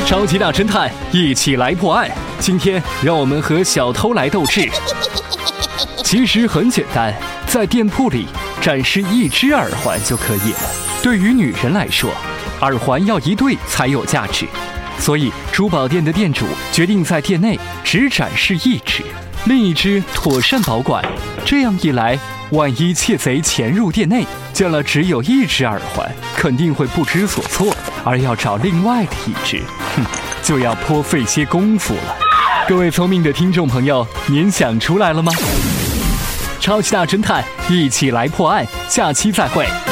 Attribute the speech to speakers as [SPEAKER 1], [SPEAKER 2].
[SPEAKER 1] 超级大侦探一起来破案。今天让我们和小偷来斗智。其实很简单，在店铺里展示一只耳环就可以了。对于女人来说，耳环要一对才有价值，所以珠宝店的店主决定在店内只展示一只，另一只妥善保管。这样一来，万一窃贼潜入店内，见了只有一只耳环，肯定会不知所措，而要找另外的一只，就要颇费些功夫了。各位聪明的听众朋友，您想出来了吗？超级大侦探一起来破案，下期再会。